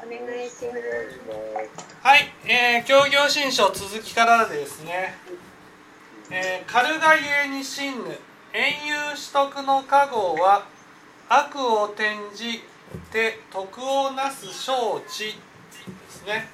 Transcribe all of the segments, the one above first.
願いします。 はい、教行信書続きからですね、カルガユエに信ぬ遠遊取得の加護は悪を転じて徳をなす承知ですね。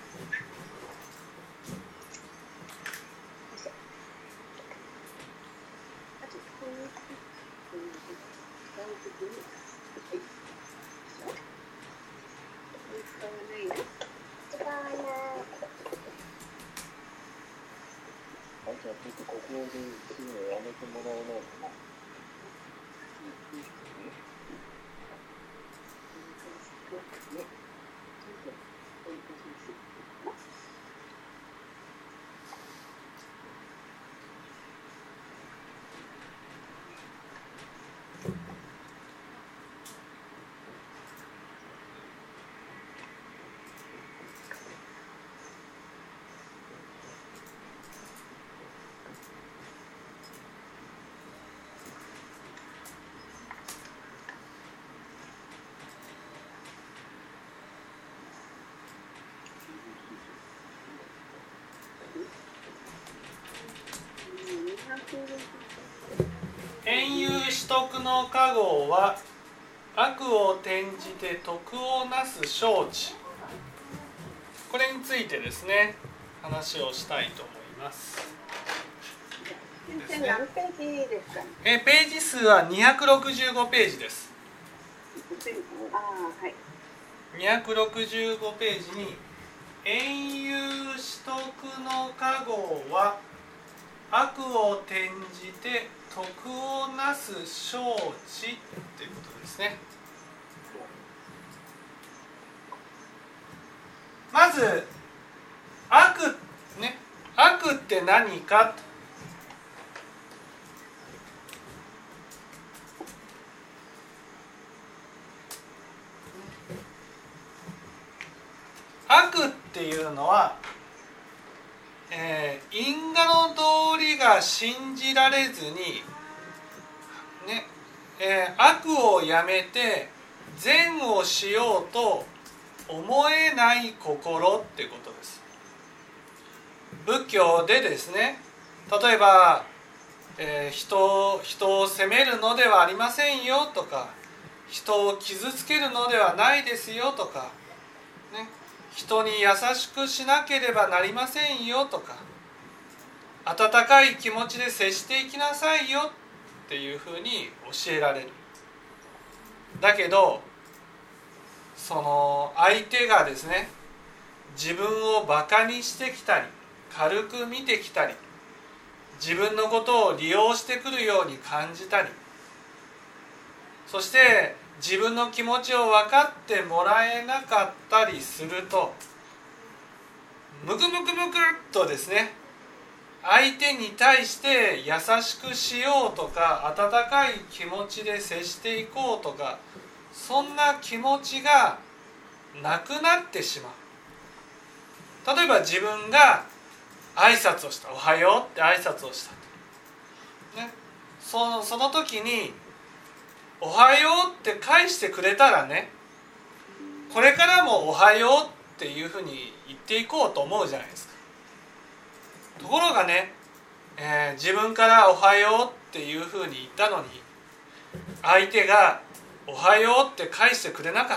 じゃあちょっとここで一のやめてもらえないかな。 遠遊取得の加護は悪を転じて徳をなす承知、これについてですね話をしたいと思います。 先生、何ページですか？ ページ数は265ページです。 はい、 265ページに遠遊取得の加護は悪を転じて徳をなす承知っていうことですね。まず悪ね、悪って何かと。悪っていうのは、因果の道理が信じられずに、ね悪をやめて善をしようと思えない心ってことです。仏教でですね、例えば、人を責めるのではありませんよとか、人を傷つけるのではないですよとか、ね、人に優しくしなければなりませんよとか、温かい気持ちで接していきなさいよっていうふうに教えられる。だけどその相手がですね、自分をバカにしてきたり軽く見てきたり、自分のことを利用してくるように感じたり、そして自分の気持ちを分かってもらえなかったりすると、ムクムクムクっとですね、相手に対して優しくしようとか温かい気持ちで接していこうとか、そんな気持ちがなくなってしまう。例えば自分が挨拶をした、おはようって挨拶をした、ね、その時におはようって返してくれたらね、これからもおはようっていうふうに言っていこうと思うじゃないですか。ところがね、自分からおはようっていうふうに言ったのに、相手がおはようって返してくれなかった。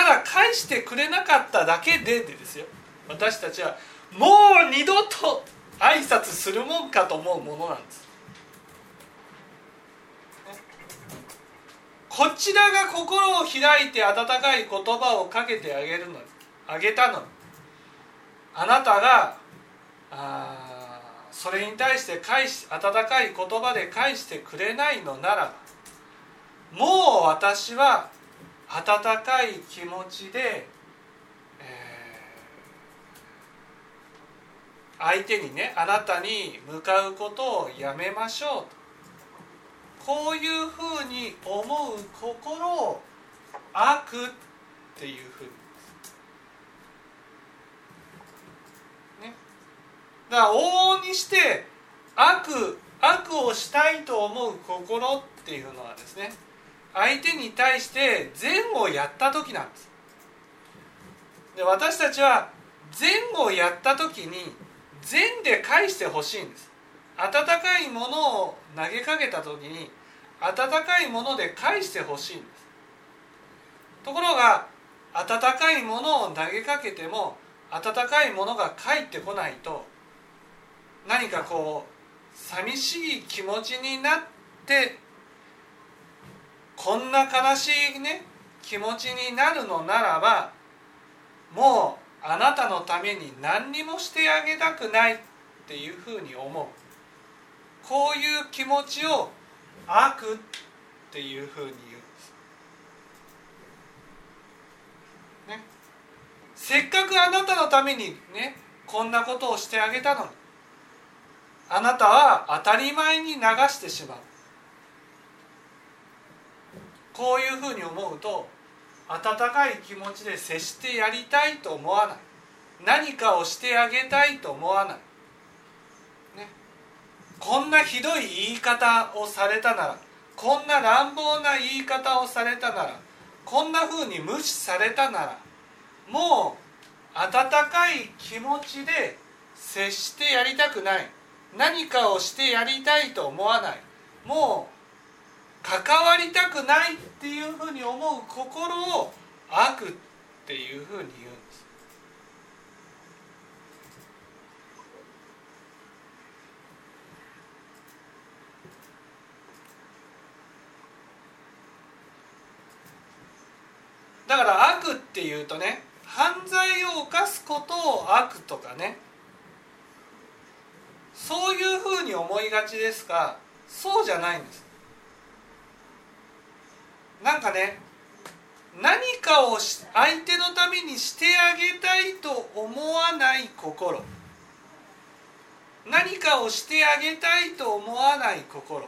ただ返してくれなかっただけでですよ、私たちはもう二度と挨拶するもんかと思うものなんです。こちらが心を開いて温かい言葉をかけてあげたのに、あなたがそれに対して温かい言葉で返してくれないのならば、もう私は温かい気持ちで、相手にね、あなたに向かうことをやめましょうと、こういうふうに思う心を悪っていうふうに、ね、だから往々にして悪をしたいと思う心っていうのはですね、相手に対して善をやった時なんです。 で私たちは善をやった時に善で返してほしいんです。温かいものを投げかけた時に温かいもので返してほしいんです。ところが温かいものを投げかけても温かいものが返ってこないと、何かこう寂しい気持ちになって、こんな悲しいね気持ちになるのならば、もうあなたのために何にもしてあげたくないっていうふうに思う。こういう気持ちを悪っていうふうに言うんです、ね、せっかくあなたのためにねこんなことをしてあげたのに、あなたは当たり前に流してしまう。こういうふうに思うと、温かい気持ちで接してやりたいと思わない。何かをしてあげたいと思わない、ね、こんなひどい言い方をされたなら、こんな乱暴な言い方をされたなら、こんなふうに無視されたなら、もう温かい気持ちで接してやりたくない。何かをしてやりたいと思わない。もう関わりたくないっていうふうに思う心を悪っていうふうに言うんです。だから悪っていうとね、犯罪を犯すことを悪とかね、そういうふうに思いがちですが、そうじゃないんです。なんかね、何かを相手のためにしてあげたいと思わない心、何かをしてあげたいと思わない心、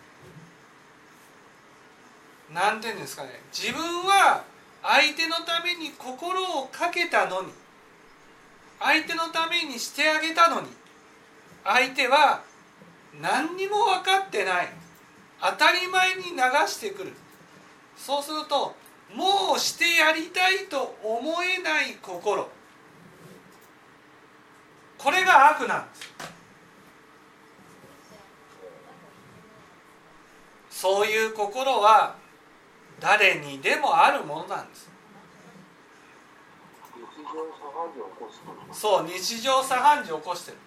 なんていうんですかね、自分は相手のために心をかけたのに、相手のためにしてあげたのに、相手は何にも分かってない、当たり前に流してくる。そうすると、もうしてやりたいと思えない心、これが悪なんです。そういう心は誰にでもあるものなんです。そう、日常茶飯事を起こしてる。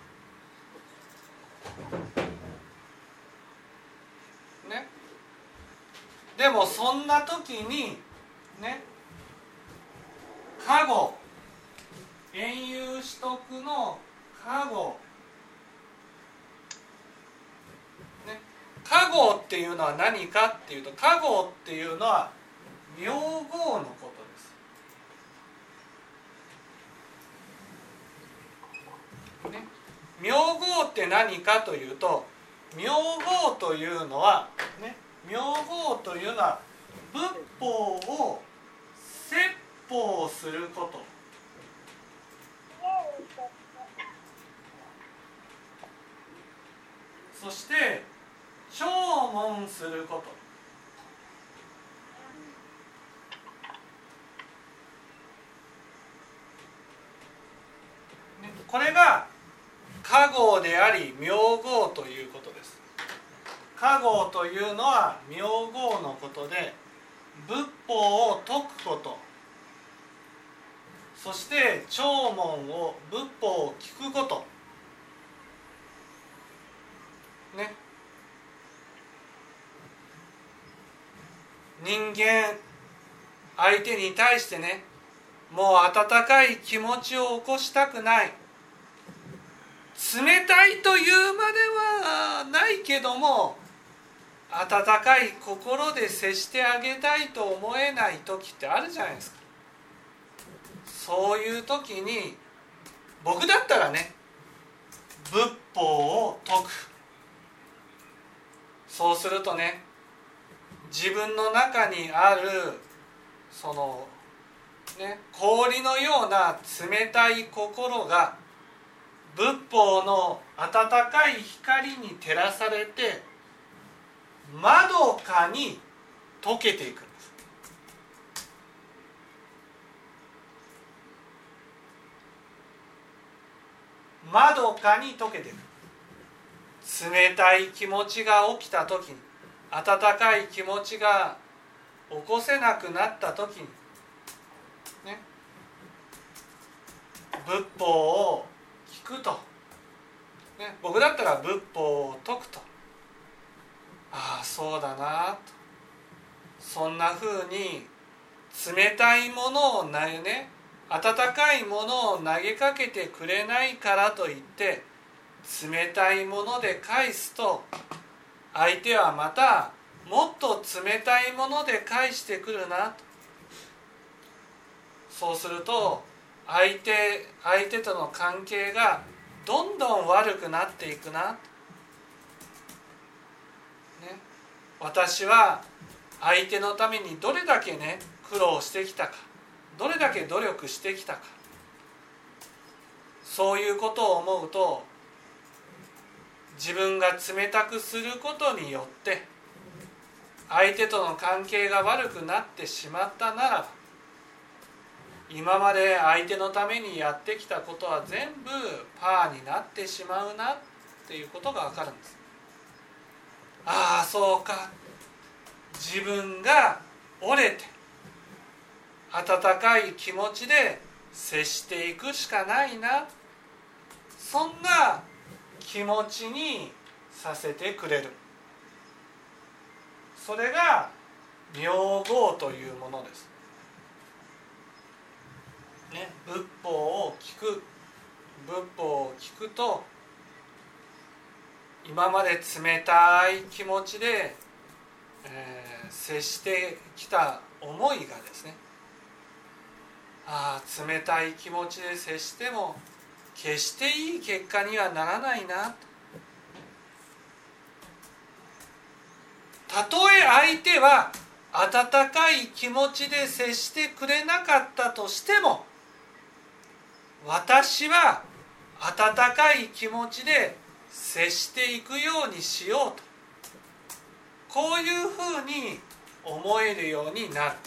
ね。でもそんな時にね、加護、遠遊取得の加護、ね、加護っていうのは何かっていうと、加護っていうのは名号のことです。ね、名号って何かというと、名号というのはね、名号というのは仏法を説法すること。そして聴聞すること。これが加護であり名号ということです。加護というのは名号のことで、仏法を説くこと、そして聴聞を、仏法を聞くこと、ね、人間相手に対してね、もう温かい気持ちを起こしたくない、冷たいというまではないけども、温かい心で接してあげたいと思えない時ってあるじゃないですか。そういう時に僕だったらね、仏法を説く。そうするとね、自分の中にあるそのね、氷のような冷たい心が仏法の温かい光に照らされて、まどかに溶けていくんです。 まどかに溶けていく。冷たい気持ちが起きた時に、温かい気持ちが起こせなくなった時にね、仏法を聞くと、ね、僕だったら仏法を説くと、ああそうだなと、そんなふうに冷たいものをね、温かいものを投げかけてくれないからといって冷たいもので返すと、相手はまたもっと冷たいもので返してくるなと。そうすると相手との関係がどんどん悪くなっていくな、ね、私は相手のためにどれだけね苦労してきたか、どれだけ努力してきたか、そういうことを思うと、自分が冷たくすることによって相手との関係が悪くなってしまったならば、今まで相手のためにやってきたことは全部パーになってしまうなっていうことが分かるんです。ああそうか、自分が折れて温かい気持ちで接していくしかないな、そんな気持ちにさせてくれる。それが名号というものです、ね、仏法を聞く。仏法を聞くと、今まで冷たい気持ちで、接してきた思いがですね、ああ冷たい気持ちで接しても決していい結果にはならないな。たとえ相手は温かい気持ちで接してくれなかったとしても、私は温かい気持ちで接していくようにしようと、こういうふうに思えるようになる。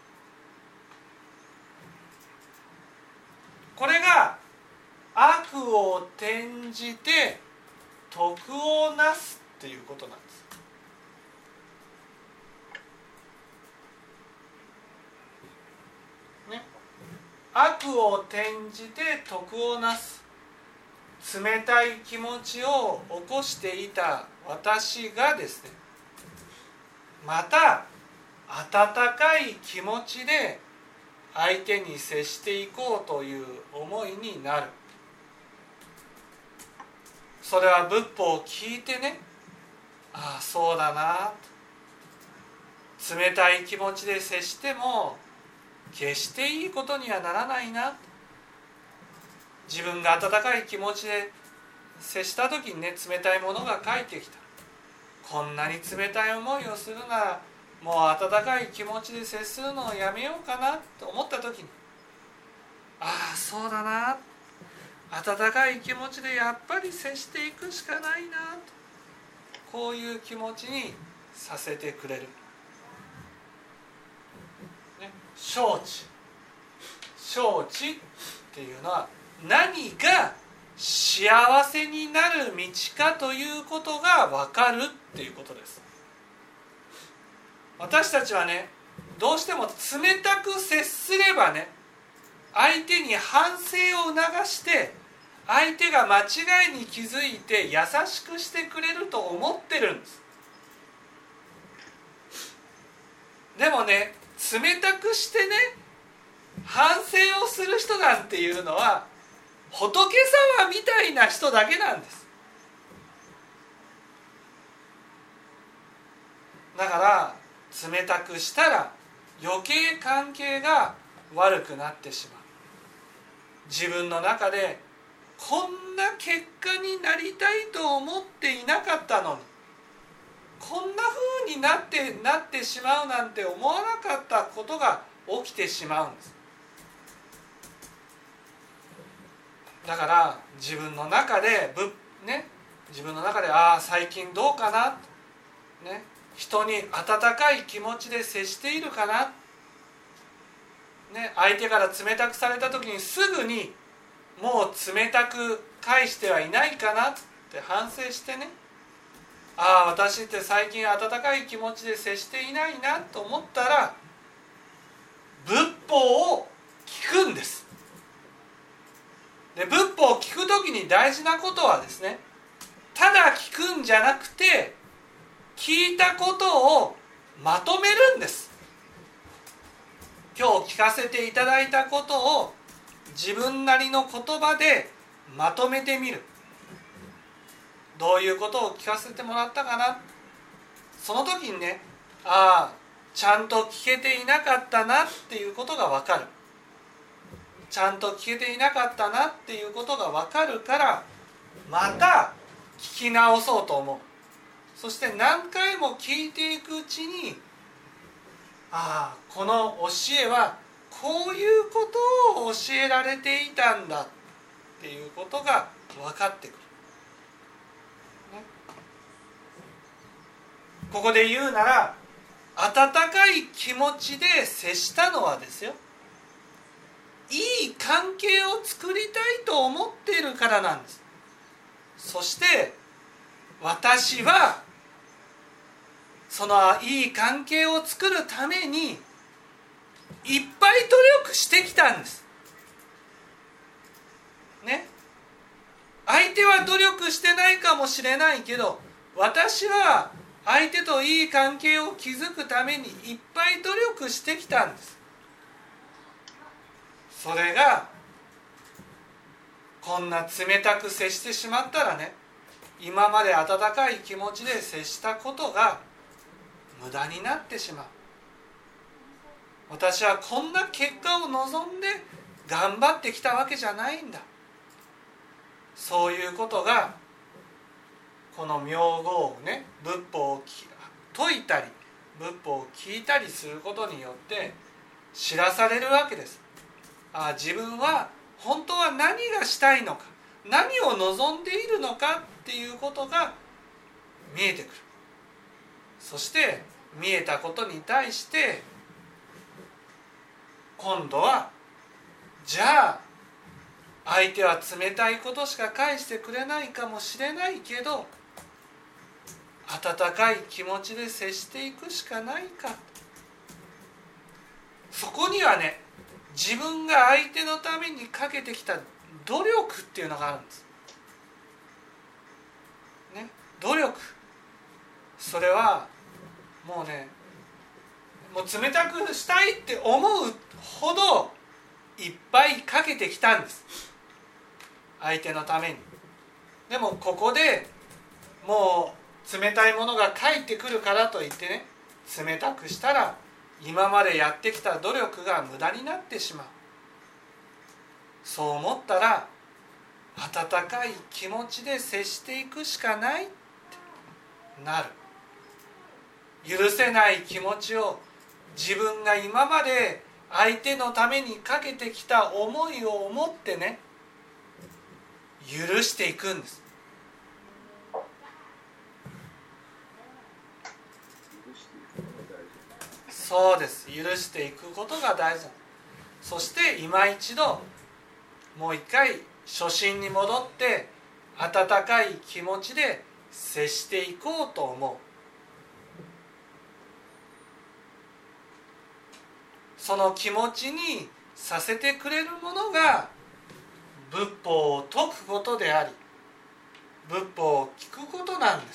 これが悪を転じて徳をなすっていうことなんです。ね、悪を転じて徳をなす。冷たい気持ちを起こしていた私がですね、また温かい気持ちで相手に接していこうという思いになる。それは仏法を聞いてね、ああそうだな、冷たい気持ちで接しても決していいことにはならないな、自分が温かい気持ちで接した時にね、冷たいものが返ってきた。こんなに冷たい思いをするなら、もう温かい気持ちで接するのをやめようかなと思った時に、ああそうだな、温かい気持ちでやっぱり接していくしかないなと、こういう気持ちにさせてくれる、ね、承知っていうのは何が幸せになる道かということが分かるっていうことです。私たちはね、どうしても冷たく接すればね、相手に反省を促して相手が間違いに気づいて優しくしてくれると思ってるんです。でもね、冷たくしてね反省をする人なんていうのは仏様みたいな人だけなんです。だから冷たくしたら余計関係が悪くなってしまう。自分の中でこんな結果になりたいと思っていなかったのに、こんな風になってしまうなんて思わなかったことが起きてしまうんです。だから自分の中でああ最近どうかな、ね、人に温かい気持ちで接しているかな、ね、相手から冷たくされた時にすぐにもう冷たく返してはいないかなって反省してね、ああ私って最近温かい気持ちで接していないなと思ったら仏法を聞くんです。で仏法を聞くときに大事なことはですね、ただ聞くんじゃなくて聞いたことをまとめるんです。今日聞かせていただいたことを自分なりの言葉でまとめてみる。どういうことを聞かせてもらったかな、その時にね、ああちゃんと聞けていなかったなっていうことが分かる。ちゃんと聞けていなかったなっていうことが分かるから、また聞き直そうと思う。そして何回も聞いていくうちに、ああこの教えはこういうことを教えられていたんだっていうことが分かってくる、ね、ここで言うなら温かい気持ちで接したのはですよ、いい関係を作りたいと思っているからなんです。そして私はそのいい関係を作るためにいっぱい努力してきたんですね。相手は努力してないかもしれないけど、私は相手といい関係を築くためにいっぱい努力してきたんです。それがこんな冷たく接してしまったらね、今まで温かい気持ちで接したことが無駄になってしまう。私はこんな結果を望んで頑張ってきたわけじゃないんだ。そういうことがこの名号をね、仏法を説いたり仏法を聞いたりすることによって知らされるわけです。ああ自分は本当は何がしたいのか、何を望んでいるのかっていうことが見えてくる。そして見えたことに対して今度はじゃあ相手は冷たいことしか返してくれないかもしれないけど、温かい気持ちで接していくしかないか。そこにはね、自分が相手のためにかけてきた努力っていうのがあるんです、ね、努力、それはもうね、もう冷たくしたいって思うほどいっぱいかけてきたんです、相手のために。でもここでもう冷たいものが返ってくるからといってね、冷たくしたら今までやってきた努力が無駄になってしまう。そう思ったら温かい気持ちで接していくしかないってなる。許せない気持ちを自分が今まで相手のためにかけてきた思いを思ってね、許していくんです。そうです、許していくことが大事。そして今一度もう一回初心に戻って温かい気持ちで接していこうと思う。その気持ちにさせてくれるものが仏法を説くことであり、仏法を聞くことなんです、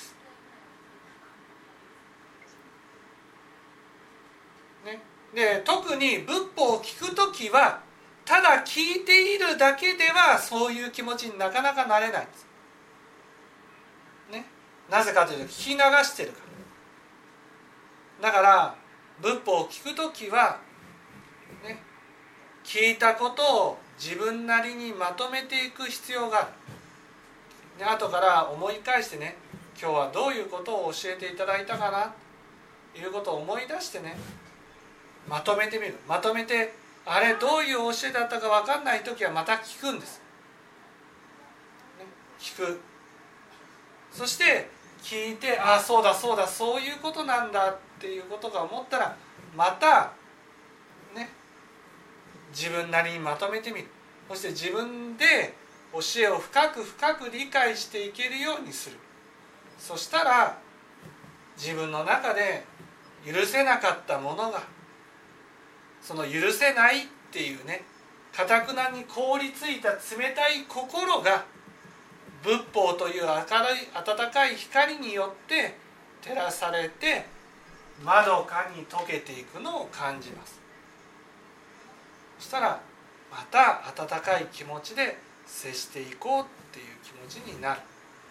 ね、で特に仏法を聞くときはただ聞いているだけではそういう気持ちになかなかなれないんです、ね、なぜかというと聞き流してるから。だから仏法を聞くときはね、聞いたことを自分なりにまとめていく必要がある。で後から思い返してね、今日はどういうことを教えていただいたかなということを思い出してね、まとめてみる。まとめてあれどういう教えだったか分かんないときはまた聞くんです、ね、聞く。そして聞いて、ああそうだそうだそういうことなんだっていうことが思ったらまたね自分なりにまとめてみる。 そして自分で教えを深く深く理解していけるようにする。そしたら自分の中で許せなかったものが、その許せないっていうね、堅くなに凍りついた冷たい心が仏法という明るい温かい光によって照らされてまどかに溶けていくのを感じます。そしたらまた温かい気持ちで接していこうっていう気持ちになる。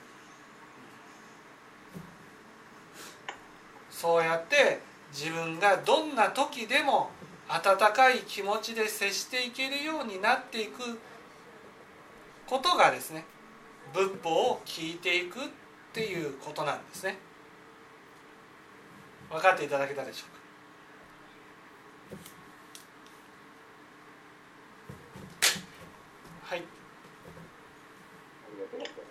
そうやって自分がどんな時でも温かい気持ちで接していけるようになっていくことがですね、仏法を聞いていくっていうことなんですね。分かっていただけたでしょうか。はい。 ありがとうございます。